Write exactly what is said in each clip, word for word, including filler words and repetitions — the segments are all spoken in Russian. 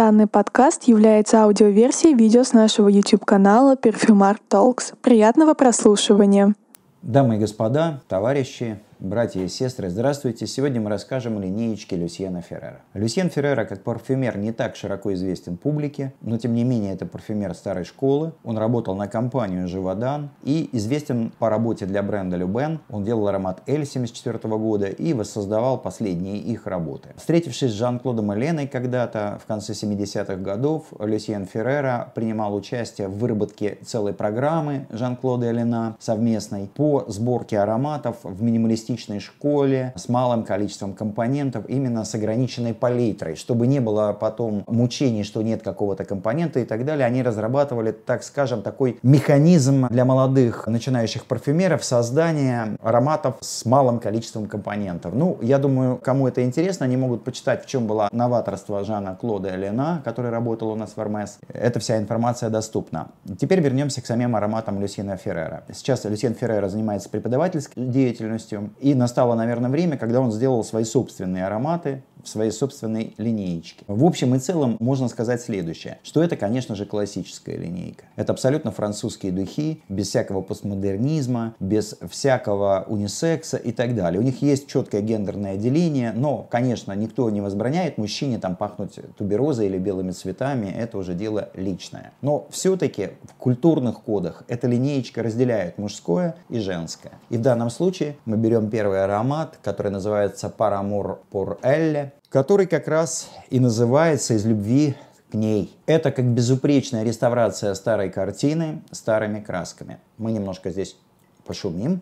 Данный подкаст является аудиоверсией видео с нашего YouTube-канала Perfumart Talks. Приятного прослушивания! Дамы и господа, товарищи, братья и сестры, здравствуйте! Сегодня мы расскажем о линеечке Люсьена Феррера. Люсьен Феррера как парфюмер не так широко известен публике, но тем не менее это парфюмер старой школы. Он работал на компанию Живодан и известен по работе для бренда Любен. Он делал аромат Эль семьдесят четвёртого года и воссоздавал последние их работы. Встретившись с Жан-Клодом и Леной когда-то в конце семидесятых годов, Люсьен Феррера принимал участие в выработке целой программы Жан-Клода и Лена совместной по сборке ароматов в минималистичной школе с малым количеством компонентов, именно с ограниченной палитрой, чтобы не было потом мучений, что нет какого-то компонента и так далее. Они разрабатывали, так скажем, такой механизм для молодых начинающих парфюмеров создания ароматов с малым количеством компонентов. Ну, я думаю, кому это интересно, они могут почитать, в чем было новаторство Жана-Клода и Лена, который работал у нас в Hermès. Эта вся информация доступна. Теперь вернемся к самим ароматам Люсьена Феррера. Сейчас Люсьен Феррера занимается преподавательской деятельностью, и настало, наверное, время, когда он сделал свои собственные ароматы в своей собственной линеечке. В общем и целом можно сказать следующее, что это, конечно же, классическая линейка. Это абсолютно французские духи, без всякого постмодернизма, без всякого унисекса и так далее. У них есть четкое гендерное деление, но, конечно, никто не возбраняет мужчине там пахнуть туберозой или белыми цветами, это уже дело личное. Но все-таки в культурных кодах эта линеечка разделяет мужское и женское. И в данном случае мы берем первый аромат, который называется Par Amour pour Elle, который как раз и называется из любви к ней. Это как безупречная реставрация старой картины старыми красками. Мы немножко здесь пошумим.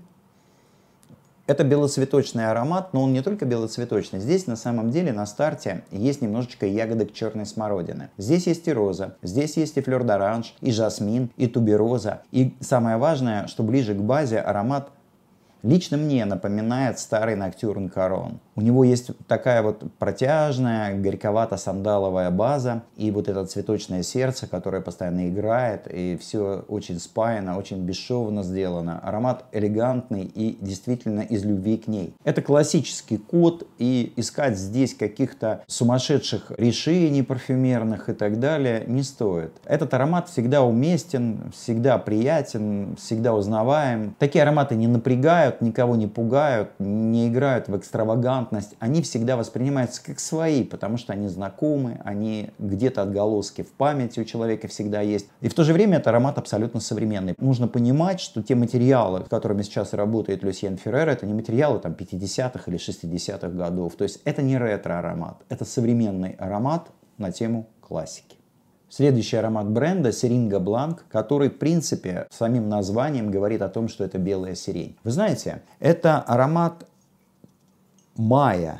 Это белоцветочный аромат, но он не только белоцветочный. Здесь на самом деле на старте есть немножечко ягодок черной смородины. Здесь есть и роза, здесь есть и флёр-д'оранж, и жасмин, и тубероза. И самое важное, что ближе к базе аромат лично мне напоминает старый Ноктюрн Карон. У него есть такая вот протяжная, горьковато-сандаловая база и вот это цветочное сердце, которое постоянно играет, и все очень спаяно, очень бесшовно сделано. Аромат элегантный и действительно из любви к ней. Это классический код, и искать здесь каких-то сумасшедших решений парфюмерных и так далее не стоит. Этот аромат всегда уместен, всегда приятен, всегда узнаваем. Такие ароматы не напрягают, никого не пугают, не играют в экстравагантность. Они всегда воспринимаются как свои, потому что они знакомы, они где-то отголоски в памяти у человека всегда есть. И в то же время это аромат абсолютно современный. Нужно понимать, что те материалы, с которыми сейчас работает Люсьен Феррера, это не материалы там, пятидесятых или шестидесятых годов. То есть это не ретро-аромат, это современный аромат на тему классики. Следующий аромат бренда Seringa Blanc, который, в принципе, самим названием говорит о том, что это белая сирень. Вы знаете, это аромат мая.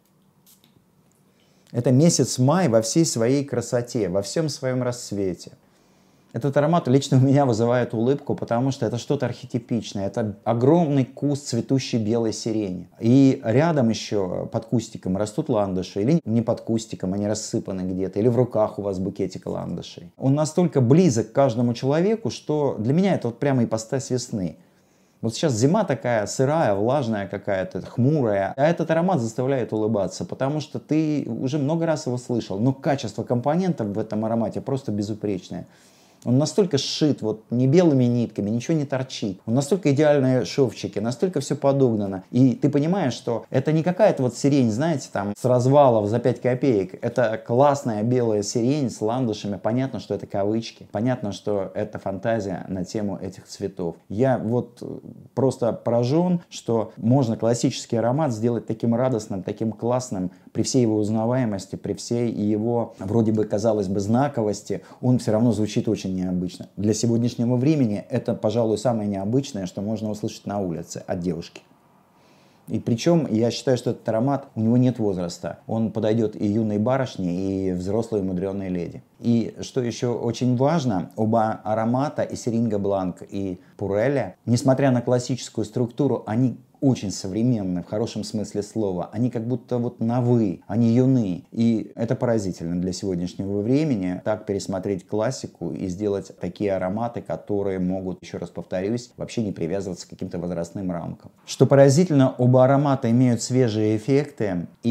Это месяц май во всей своей красоте, во всем своем расцвете. Этот аромат лично у меня вызывает улыбку, потому что это что-то архетипичное. Это огромный куст цветущей белой сирени. И рядом еще под кустиком растут ландыши. Или не под кустиком, они рассыпаны где-то. Или в руках у вас букетик ландышей. Он настолько близок к каждому человеку, что для меня это вот прямо ипостась весны. Вот сейчас зима такая сырая, влажная какая-то, хмурая, а этот аромат заставляет улыбаться, потому что ты уже много раз его слышал, но качество компонентов в этом аромате просто безупречное. Он настолько сшит вот не белыми нитками, ничего не торчит. Он настолько идеальные шовчики, настолько все подогнано. И ты понимаешь, что это не какая-то вот сирень, знаете, там с развалов за пять копеек. Это классная белая сирень с ландышами. Понятно, что это кавычки. Понятно, что это фантазия на тему этих цветов. Я вот просто поражен, что можно классический аромат сделать таким радостным, таким классным, при всей его узнаваемости, при всей его, вроде бы, казалось бы, знаковости. Он все равно звучит очень необычно. Для сегодняшнего времени это, пожалуй, самое необычное, что можно услышать на улице от девушки. И причем я считаю, что этот аромат, у него нет возраста. Он подойдет и юной барышне, и взрослой мудреной леди. И что еще очень важно, оба аромата, и Seringa Blanc, и Pour, несмотря на классическую структуру, они очень современны в хорошем смысле слова. Они как будто вот новы, они юны. И это поразительно для сегодняшнего времени. Так пересмотреть классику и сделать такие ароматы, которые могут, еще раз повторюсь, вообще не привязываться к каким-то возрастным рамкам. Что поразительно, оба аромата имеют свежие эффекты и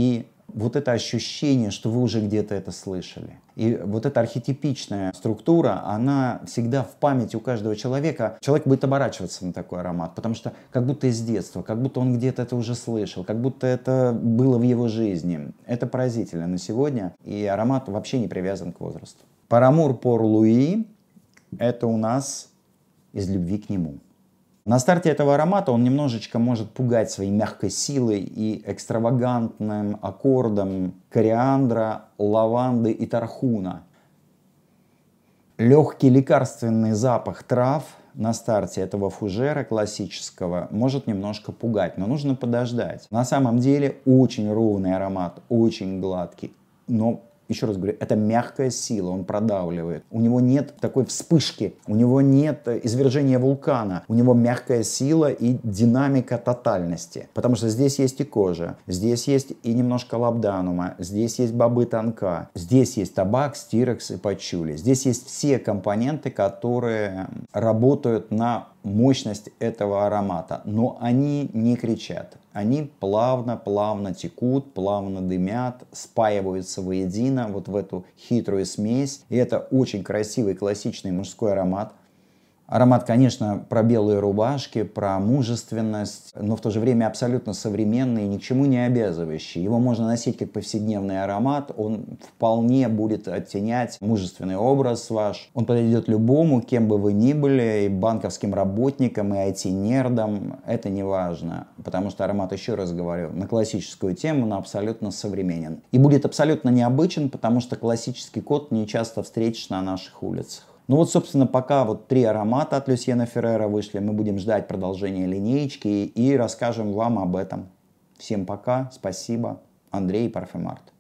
вот это ощущение, что вы уже где-то это слышали. И вот эта архетипичная структура, она всегда в памяти у каждого человека. Человек будет оборачиваться на такой аромат, потому что как будто из детства, как будто он где-то это уже слышал, как будто это было в его жизни. Это поразительно на сегодня, и аромат вообще не привязан к возрасту. Par amour pour lui – это у нас из любви к нему. На старте этого аромата он немножечко может пугать своей мягкой силой и экстравагантным аккордом кориандра, лаванды и тархуна. Легкий лекарственный запах трав на старте этого фужера классического может немножко пугать, но нужно подождать. На самом деле очень ровный аромат, очень гладкий, но... Еще раз говорю, это мягкая сила, он продавливает. У него нет такой вспышки, у него нет извержения вулкана. У него мягкая сила и динамика тотальности. Потому что здесь есть и кожа, здесь есть и немножко лабданума, здесь есть бобы тонка, здесь есть табак, стирекс и пачули. Здесь есть все компоненты, которые работают на мощность этого аромата. Но они не кричат. Они плавно-плавно текут, плавно дымят, спаиваются воедино вот в эту хитрую смесь. И это очень красивый классичный мужской аромат. Аромат, конечно, про белые рубашки, про мужественность, но в то же время абсолютно современный и ни к чему не обязывающий. Его можно носить как повседневный аромат, он вполне будет оттенять мужественный образ ваш. Он подойдет любому, кем бы вы ни были, и банковским работникам, и ай ти-нердам, это не важно, потому что аромат, еще раз говорю, на классическую тему, но абсолютно современен. И будет абсолютно необычен, потому что классический код не часто встретишь на наших улицах. Ну вот, собственно, пока вот три аромата от Люсьена Феррера вышли, мы будем ждать продолжения линеечки и расскажем вам об этом. Всем пока, спасибо. Андрей, Парфюмарт.